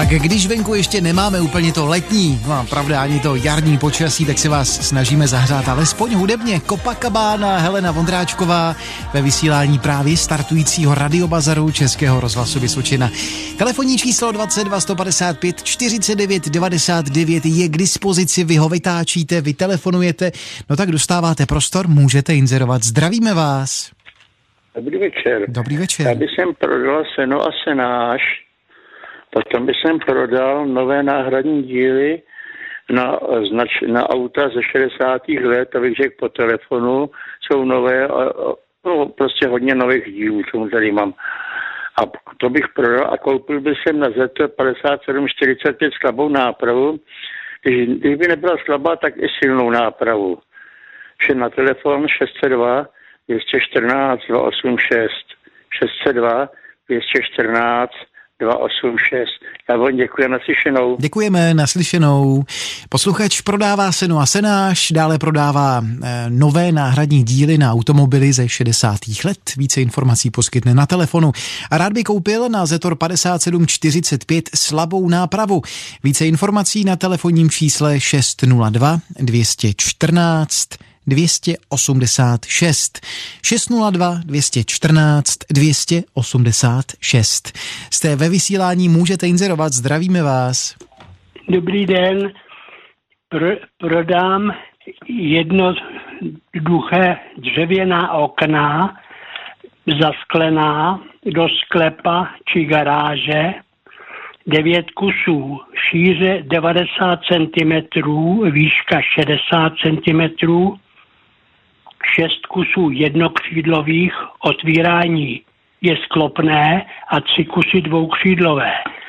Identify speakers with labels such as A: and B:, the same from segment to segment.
A: Tak když venku ještě nemáme úplně to letní, no a pravda ani to jarní počasí, tak se vás snažíme zahřát alespoň hudebně. Copacabana, Helena Vondráčková ve vysílání právě startujícího radiobazaru Českého rozhlasu Vysočina. Telefonní číslo 22 155 49 99 je k dispozici, vy ho vytáčíte, vy telefonujete, no tak dostáváte prostor, můžete inzerovat. Zdravíme vás.
B: Dobrý večer.
A: Dobrý večer.
B: Já bych prodal seno a senáž, potom bych prodal nové náhradní díly na auta ze 60. let, abych řekl po telefonu, jsou nové, no prostě hodně nových dílů, co tady mám. A to bych prodal a koupil bych na Zetor 5745 slabou nápravu. Když by nebyla slabá, tak i silnou nápravu. Vše na telefon 602 214 286 602 214 286. Já vám děkuji, naslyšenou.
A: Děkujeme, naslyšenou. Posluchač prodává seno a senáž, dále prodává nové náhradní díly na automobily ze 60. let. Více informací poskytne na telefonu. A rád by koupil na Zetor 5745 slabou nápravu. Více informací na telefonním čísle 602 214 286 602 214 286. Jste ve vysílání, můžete inzerovat, zdravíme vás.
C: Dobrý den, prodám jednoduché dřevěná okna zasklená do sklepa či garáže, 9 kusů, šíře 90 cm, výška 60 cm, 6 kusů jednokřídlových, otvírání je sklopné a 3 kusy dvoukřídlové.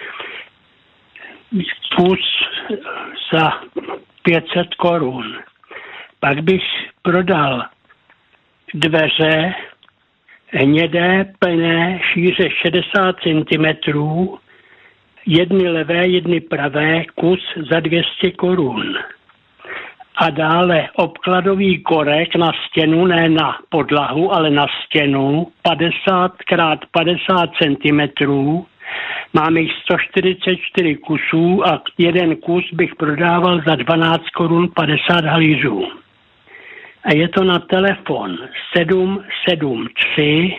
C: Kus za 500 korun. Pak bych prodal dveře hnědé, plné, šíře 60 cm, jedny levé, jedny pravé, kus za 200 korun. A dále obkladový korek na stěnu, ne na podlahu, ale na stěnu, 50 x 50 cm. Máme jich 144 kusů a jeden kus bych prodával za 12 korun 50 halířů. A je to na telefon 773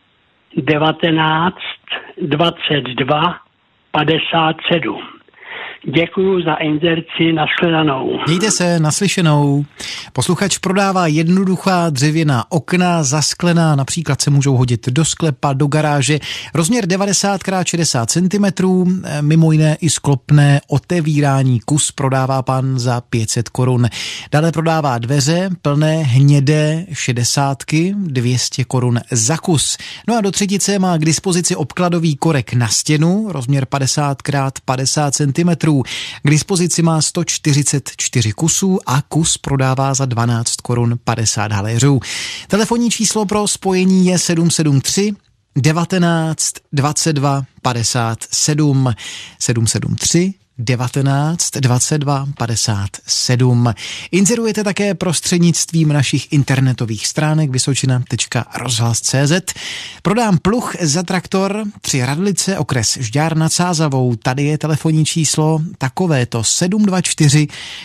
C: 19 22 57. Děkuju za inzerci, nashledanou.
A: Mějte se, naslyšenou. Posluchač prodává jednoduchá dřevěná okna, zasklená, například se můžou hodit do sklepa, do garáže. Rozměr 90 x 60 cm, mimo jiné i sklopné otevírání. Kus prodává pan za 500 korun. Dále prodává dveře plné hnědé 60, 200 korun za kus. No a do třetice má k dispozici obkladový korek na stěnu, rozměr 50 x 50 cm. K dispozici má 144 kusů a kus prodává za 12 korun 50 haléřů. Telefonní číslo pro spojení je 773 19 22 57 773 19 22 57. Inzerujete také prostřednictvím našich internetových stránek vysočina.rozhlas.cz. Prodám pluh za traktor 3 Radlice, okres Žďár nad Sázavou. Tady je telefonní číslo takovéto 724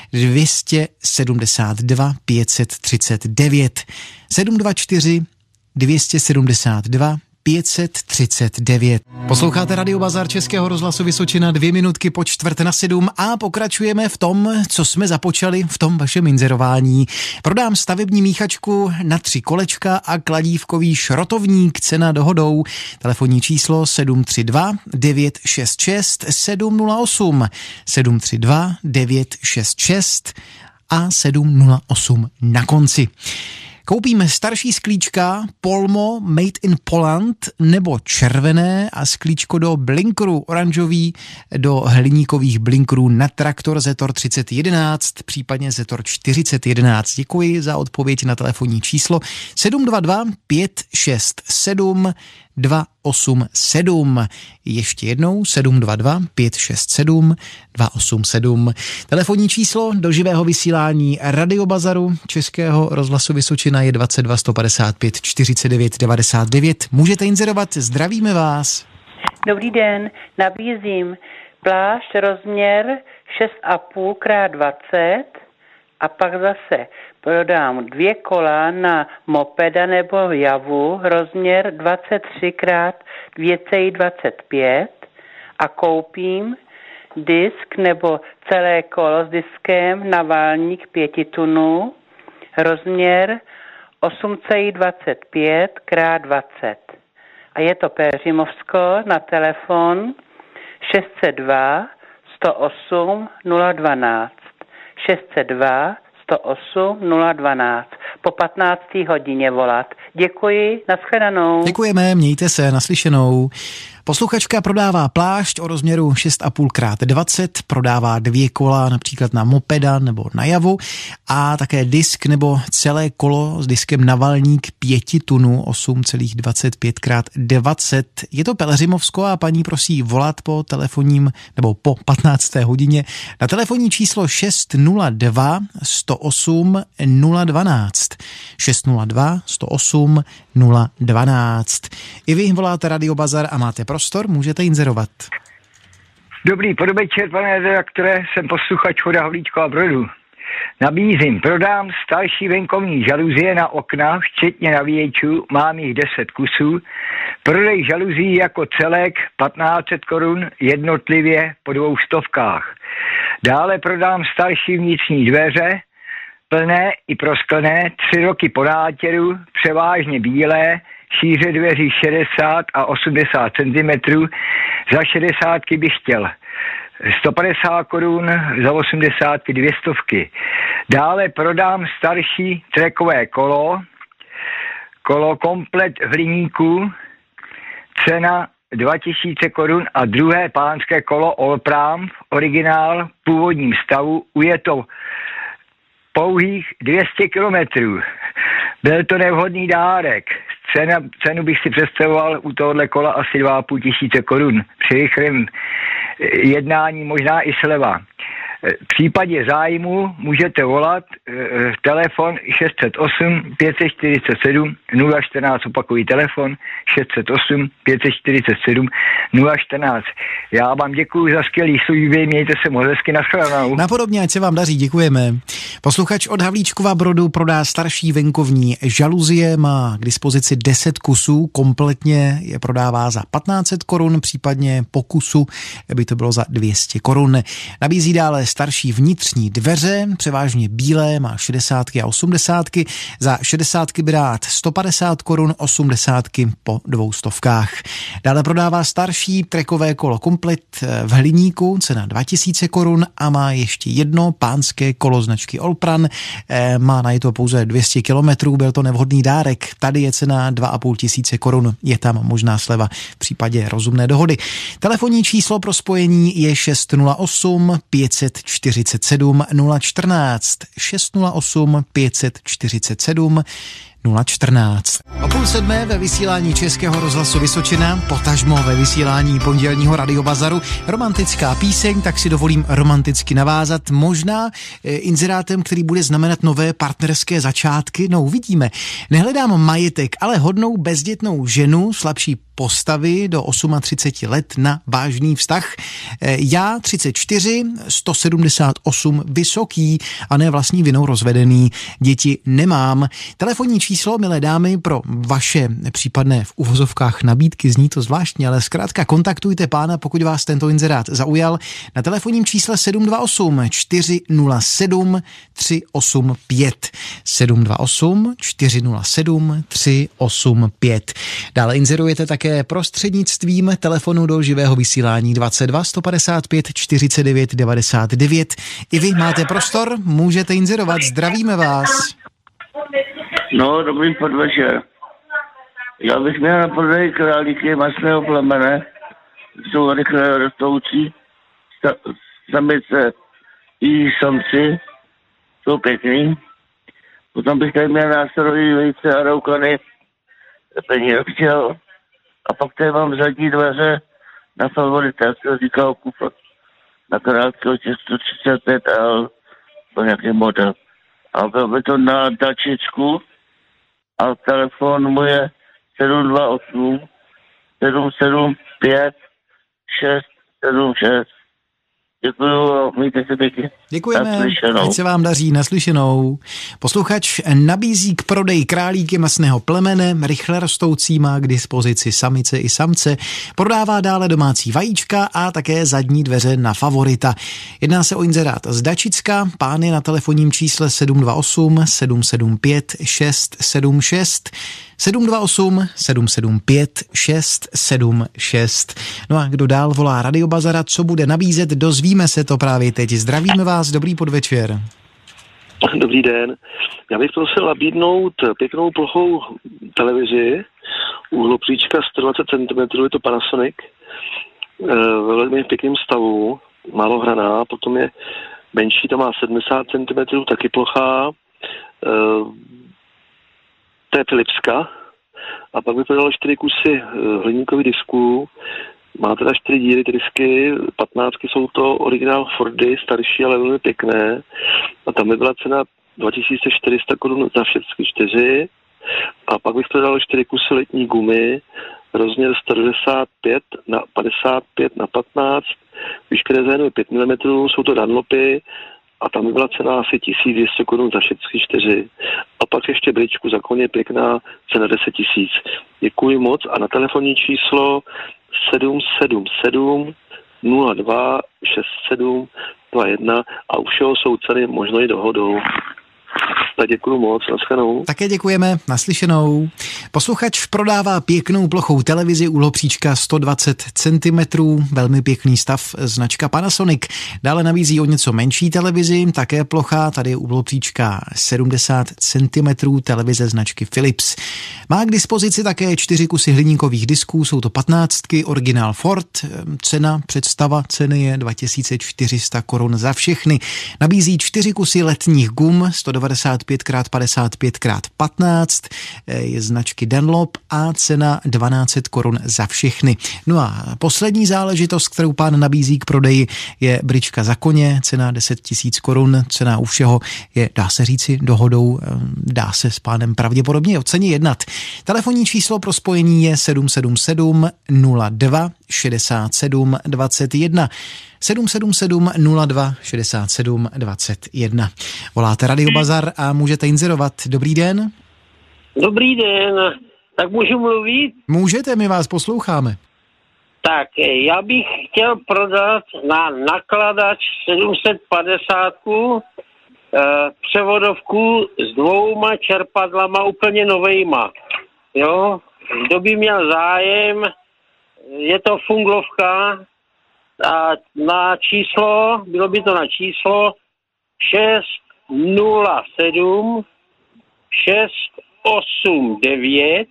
A: 272 539 724 272 539. Posloucháte Radiobazar Českého rozhlasu Vysočina, 2 minutky po 6:45 a pokračujeme v tom, co jsme započali v tom vašem inzerování. Prodám stavební míchačku na 3 kolečka a kladívkový šrotovník, cena dohodou. Telefonní číslo 732 966 708 732 966 a 708 na konci. Koupíme starší sklíčka Polmo Made in Poland nebo červené a sklíčko do blinkerů oranžový do hliníkových blinkerů na traktor Zetor 3011, případně Zetor 4011. Děkuji za odpověď na telefonní číslo 722 567 287. Ještě jednou 722 567 287. Telefonní číslo do živého vysílání Radiobazaru Českého rozhlasu Vysočina je 22 155 49 99. Můžete inzerovat, zdravíme vás.
D: Dobrý den, nabízím plášť rozměr 6,5 x 20 a pak zase prodám 2 kola na mopeda nebo javu rozměr 23 x 2,25 a koupím disk nebo celé kolo s diskem na válník 5 tunů rozměr 8,25 x 20. A je to Peřimovsko na telefon 602 108 012. 602 108 012. Po 15. hodině volat. Děkuji, nashledanou.
A: Děkujeme, mějte se, naslyšenou. Posluchačka prodává plášť o rozměru 6,5 x 20, prodává 2 kola například na mopeda nebo na javu a také disk nebo celé kolo s diskem na valník 5 tunů 8,25 x 20. Je to Pelhřimovsko a paní prosí volat po telefonním nebo po 15. hodině na telefonní číslo 602 108 012. 602 108 012. I vy voláte Radio Bazar a máte prostor, můžete inzerovat.
E: Dobrý podvečer, pane redaktore, jsem posluchač Choda Havlíčkova Brodu. Nabízím, prodám starší venkovní žaluzie na okna, včetně navíječů, mám jich 10 kusů. Prodej žaluzí jako celek 1500 korun, jednotlivě po 200. Dále prodám starší vnitřní dveře, plné i prosklené, 3 roky po nátěru, převážně bílé, šíře dveří 60 a 80 cm, za 60 bych chtěl 150 korun, za 80 200. Dále prodám starší trekové kolo komplet v hliníku, cena 2000 korun a druhé pánské kolo Olpram, originál v původním stavu, je to pouhých 200 kilometrů. Byl to nevhodný dárek. Cenu bych si představoval u tohohle kola asi 2500 korun. Při rychlém jednání možná i sleva. V případě zájmu můžete volat telefon 608 547 014, opakují telefon 608 547 014. Já vám děkuji za skvělý služby, mějte se moc hezky, nashledanou.
A: Napodobně, ať se vám daří, děkujeme. Posluchač od Havlíčkova Brodu prodá starší venkovní žaluzie, má k dispozici 10 kusů, kompletně je prodává za 1500 korun, případně po kusu by to bylo za 200 korun. Nabízí dále starší vnitřní dveře, převážně bílé, má 60 a 80. Za 60 by dát 150 korun, 80 po 200. Dále prodává starší trekové kolo komplet v hliníku, cena 2000 korun a má ještě jedno pánské kolo značky Olpran. Má na to pouze 200 kilometrů, byl to nevhodný dárek. Tady je cena 2500 korun, je tam možná sleva v případě rozumné dohody. Telefonní číslo pro spojení je 608 547 014. 608 547 014. O 6:30 ve vysílání Českého rozhlasu Vysočina, potažmo ve vysílání pondělního radiobazaru, romantická píseň, tak si dovolím romanticky navázat, možná inzerátem, který bude znamenat nové partnerské začátky, no uvidíme. Nehledám majetek, ale hodnou bezdětnou ženu, slabší postavy do 38 let na vážný vztah. Já 34, 178 vysoký a ne vlastní vinou rozvedený. Děti nemám. Telefonní číslo, milé dámy, pro vaše případné v uvozovkách nabídky, zní to zvláštně, ale zkrátka kontaktujte pána, pokud vás tento inzerát zaujal, na telefonním čísle 728 407 385. 728 407 385. Dále inzerujete také prostřednictvím telefonu do živého vysílání 22 155 49 99. I vy máte prostor, můžete inzerovat, zdravíme vás.
B: No, dobrý podvečer. Já bych měl na prodej králíky masného plemene, jsou rychle rostoucí, samice i samci, jsou pěkný. Potom bych tady měl nástrojí vejce a roukany, peníze chtěl. A pak tady mám zadní dveře na favorita, jak se říkal kufr, na krátkého 135L, to nějaký model. A byl by to na dačičku a telefon mu je 728 775 676.
F: Děkuju a mějte se pěkně.
A: Děkujeme, ať se vám daří, naslyšenou. Posluchač nabízí k prodeji králíky masného plemene, rychle rostoucí, má k dispozici samice i samce, prodává dále domácí vajíčka a také zadní dveře na favorita. Jedná se o inzerát z Dačicka, pán je na telefonním čísle 728 775 676, 728 775 676. No a kdo dál volá Radio Bazara, co bude nabízet, dozvíme se to právě teď. Zdravíme vás, dobrý podvečer.
G: Dobrý den. Já bych prosil nabídnout pěknou plochou televizi, úhlopříčka 120 cm, je to Panasonic, ve velmi pěkném stavu, málo hraná, potom je menší, to má 70 cm, taky plochá, to je Philipska, a pak bych prodal 4 kusy hliníkových disků, má teda 4 díly disky, 15 jsou to originál Fordy, starší, ale velmi pěkné, a tam by byla cena 2400 korun za všechny 4, a pak bych prodal 4 kusy letní gumy, rozměr 195 na 55 na 15, výška designu je 5 mm, jsou to Dunlopy, a tam by byla cena asi 1200 korun za všechny 4. A pak ještě bričku za koně pěkná, cena 10 000. Děkuji moc a na telefonní číslo 777 02 67 21 a u všeho jsou ceny možno i dohodou. Tak děkuju moc, naschledanou.
A: Také děkujeme, naslyšenou. Posluchač prodává pěknou plochou televizi úhlopříčka 120 cm, velmi pěkný stav, značka Panasonic. Dále nabízí o něco menší televizi, také plocha, tady je úhlopříčka 70 cm, televize značky Philips. Má k dispozici také 4 kusy hliníkových disků, jsou to 15, originál Ford, představa ceny je 2400 korun za všechny. Nabízí 4 kusy letních gum, 195x55x15, je značky Dunlop a cena 1200 korun za všechny. No a poslední záležitost, kterou pán nabízí k prodeji, je brička za koně, cena 10 000 korun, cena u všeho je, dá se říci, dohodou, dá se s pánem pravděpodobně o ceně jednat. Telefonní číslo pro spojení je 777 02 67 21. 777 02 67 21. Voláte Radio Bazar a můžete inzerovat. Dobrý den.
C: Dobrý den, tak můžu mluvit?
A: Můžete, my vás posloucháme.
C: Tak, já bych chtěl prodat na nakladač 750 převodovku s 2 čerpadlama úplně novejma. Jo, kdo by měl zájem, je to funglovka a na číslo, bylo by to na číslo 607 689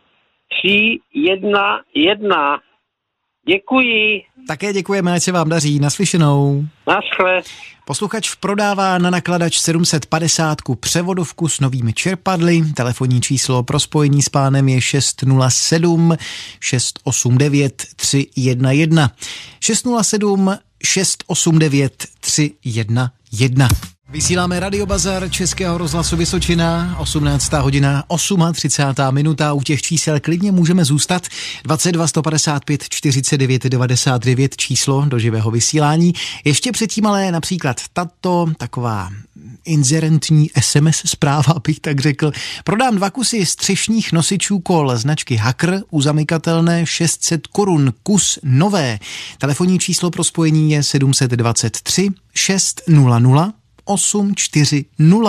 C: 311. Děkuji.
A: Také děkujeme, ať se vám daří. Naslyšenou.
C: Naschle.
A: Posluchač prodává na nakladač 750 převodovku s novými čerpadly. Telefonní číslo pro spojení s pánem je 607 689 311. 607 689 311. Vysíláme Radio Bazar Českého rozhlasu Vysočina, 18. hodina, 38. minuta. U těch čísel klidně můžeme zůstat. 22 155 49 99 číslo do živého vysílání. Ještě předtím ale například tato taková inzerentní SMS zpráva, bych tak řekl. Prodám 2 kusy střešních nosičů kol značky Hacker, uzamykatelné 600 korun, kus nové. Telefonní číslo pro spojení je 723 600 840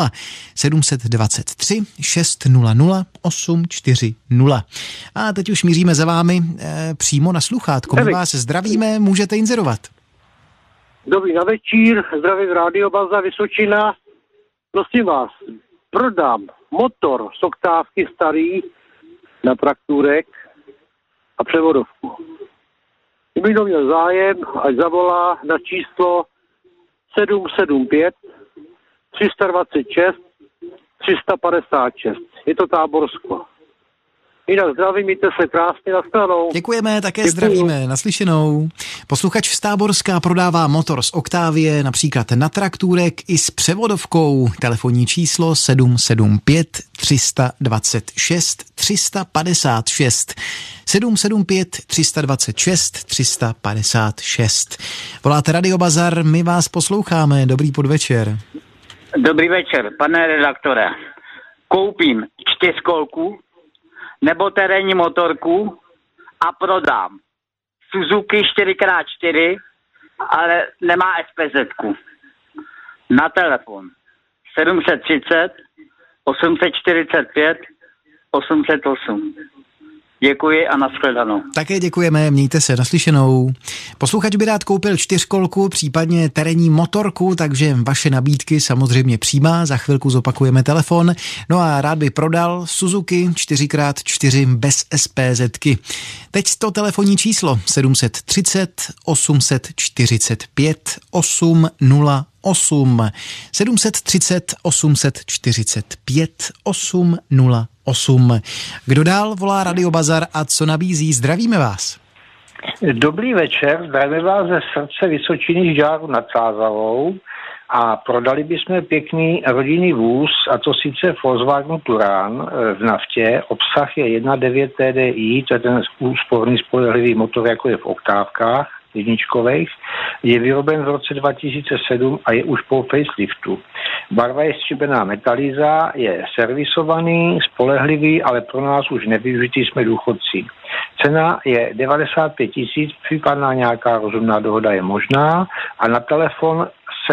A: 723 600 840. A teď už míříme za vámi přímo na sluchátko. My vás zdravíme, můžete inzerovat.
H: Dobrý na večír, zdravím Radio Bazar Vysočina. Prosím vás, prodám motor z oktávky starý na traktůrek a převodovku. Kdyby měl zájem, ať zavolá na číslo 775 326 356. Je to Táborsko. Jinak zdravím, mějte se krásně, nashledanou.
A: Děkujeme, také zdravíme, naslyšenou. Posluchač z Táborská prodává motor z Octavie, například na traktůrek i s převodovkou. Telefonní číslo 775 326 356. 775 326 356. Voláte Radio Bazar, my vás posloucháme. Dobrý podvečer.
I: Dobrý večer, pane redaktore. Koupím 4kolku nebo terénní motorku a prodám. Suzuki 4x4, ale nemá SPZ-ku. Na telefon 730 845 808. Děkuji a nashledanou.
A: Také děkujeme, mějte se, naslyšenou. Posluchač by rád koupil 4kolku, případně terénní motorku, takže vaše nabídky samozřejmě přijímá, za chvilku zopakujeme telefon. No a rád by prodal Suzuki 4x4 bez SPZ-ky. Teď to telefonní číslo 730 845 808. 730 845 808. Kdo dál volá Radio Bazar a co nabízí? Zdravíme vás.
J: Dobrý večer, zdravíme vás ze srdce Vysočiny Žďáru nad Sázavou a prodali bychom pěkný rodinný vůz, a to sice Volkswagen Touran v naftě. Obsah je 1.9 TDI, to je ten úsporný spolehlivý motor, jako je v oktávkách jedničkových. Je vyroben v roce 2007 a je už po faceliftu. Barva je stříbrná metalíza, je servisovaný, spolehlivý, ale pro nás už nevyužitý, jsme důchodci. Cena je 95 000, případná nějaká rozumná dohoda je možná a na telefon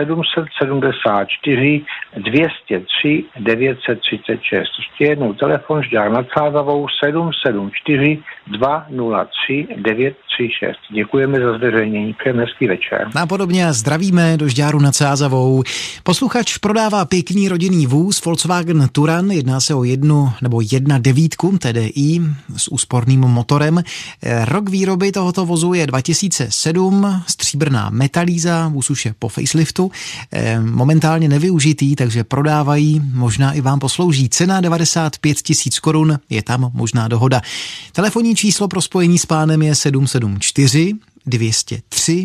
J: 774 203 936. Ještě jednou telefon Žďár nad Sázavou 774 203 936. Děkujeme za zveřejnění. Přejeme hezký večer.
A: Napodobně a zdravíme do Žďáru nad Sázavou. Posluchač prodává pěkný rodinný vůz Volkswagen Touran, jedná se o 1.9 TDI s úsporným motorem. Rok výroby tohoto vozu je 2007, stříbrná metalíza, vůz už je po faceliftu, momentálně nevyužitý, takže prodávají, možná i vám poslouží. Cena 95 000 korun, je tam možná dohoda. Telefonní číslo pro spojení s pánem je 774 203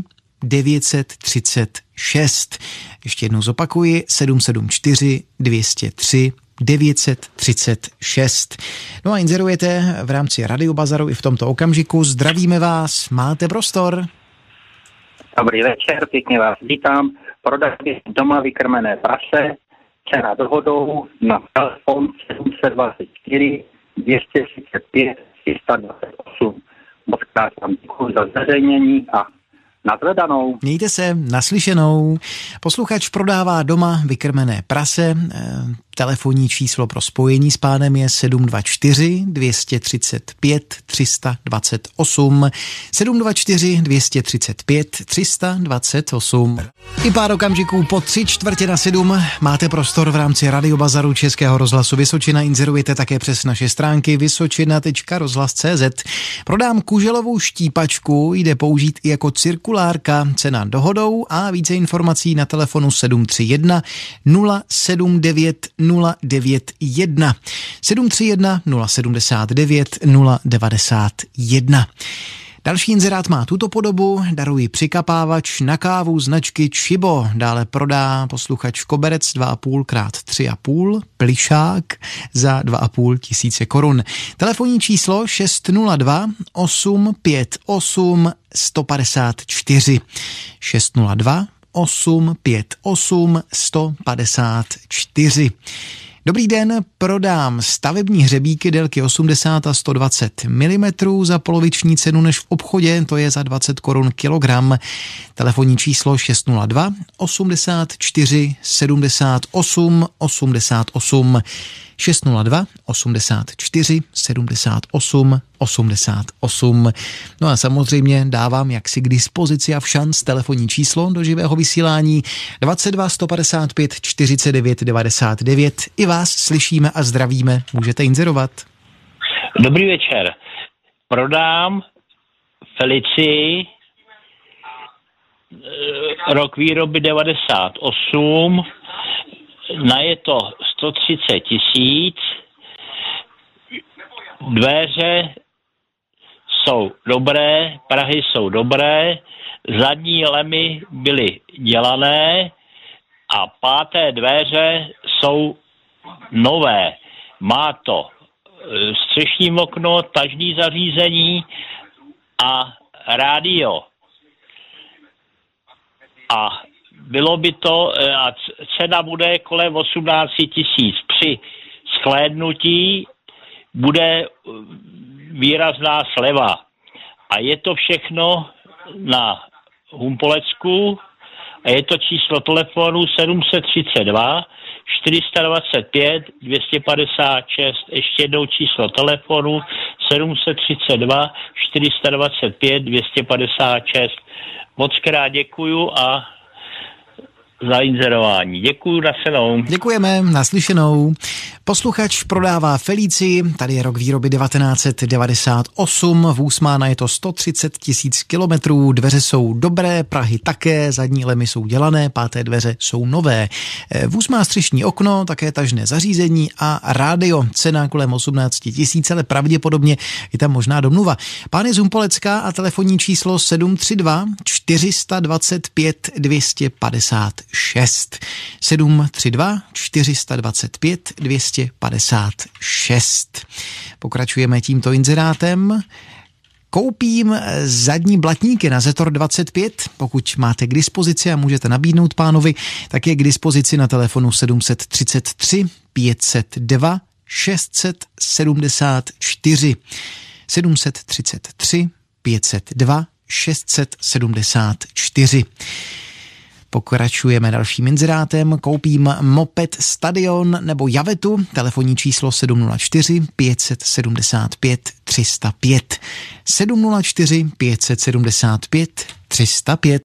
A: 936. Ještě jednou zopakuji, 774 203 936. No a inzerujete v rámci Radio Bazaru i v tomto okamžiku. Zdravíme vás, máte prostor.
I: Dobrý večer, pěkně vás vítám. Prodali doma vykrmené prase, cena dohodou na telefon 724 235 328. Moc krát vám děkuji za zveřejnění a nashledanou.
A: Mějte se, naslyšenou. Posluchač prodává doma vykrmené prase. Telefonní číslo pro spojení s pánem je 724 235 328. 724 235 328. I pár okamžiků po 6:45 máte prostor v rámci Radio Bazaru Českého rozhlasu Vysočina. Inzerujete také přes naše stránky vysočina.rozhlas.cz. Prodám kuželovou štípačku, jde použít i jako cirkulárka. Cena dohodou a více informací na telefonu 731 079 091 731 079 091. Další inzerát má tuto podobu, daruji přikapávač na kávu značky Chibo. Dále prodá posluchač koberec 2,5x3,5 plišák za 2,5 tisíce korun. Telefonní číslo 602 858 154 602 858 154. Dobrý den, prodám stavební hřebíky délky 80 a 120 mm za poloviční cenu než v obchodě, to je za 20 korun kilogram. Telefonní číslo 602 84 78 88 602 84 78 88. No a samozřejmě dávám jaksi k dispozici a všanc telefonní číslo do živého vysílání 22 155 49 99. I vás slyšíme a zdravíme, můžete inzerovat.
K: Dobrý večer. Prodám Felicii, rok výroby 98, na je to 130 000, Dveře jsou dobré, prahy jsou dobré, zadní lemy byly dělané a páté dveře jsou nové. Má to střešní okno, tažní zařízení a rádio. A bylo by to, a cena bude kolem 18 000. Při shlédnutí bude výrazná sleva. A je to všechno na Humpolecku a je to číslo telefonu 732 425 256. Ještě jednou číslo telefonu 732 425 256. Moc krát děkuju a za inzerování. Děkuju, naslyšenou.
A: Děkujeme, naslyšenou. Posluchač prodává Felicii, tady je rok výroby 1998, vůz má najeto 130 000 kilometrů, dveře jsou dobré, prahy také, zadní lemy jsou dělané, páté dveře jsou nové. Vůz má střešní okno, také tažné zařízení a rádio, cena kolem 18 000, ale pravděpodobně je tam možná domluva. Pán je z Humpolecka a telefonní číslo 732 425 256. 732 425 256. Pokračujeme tímto inzerátem. Koupím zadní blatníky na Zetor 25. Pokud máte k dispozici a můžete nabídnout pánovi, tak je k dispozici na telefonu 733 502 674. 733 502 674. Pokračujeme dalším inzerátem. Koupím moped Stadion nebo Javetu. Telefonní číslo 704 575 305. 704 575 305.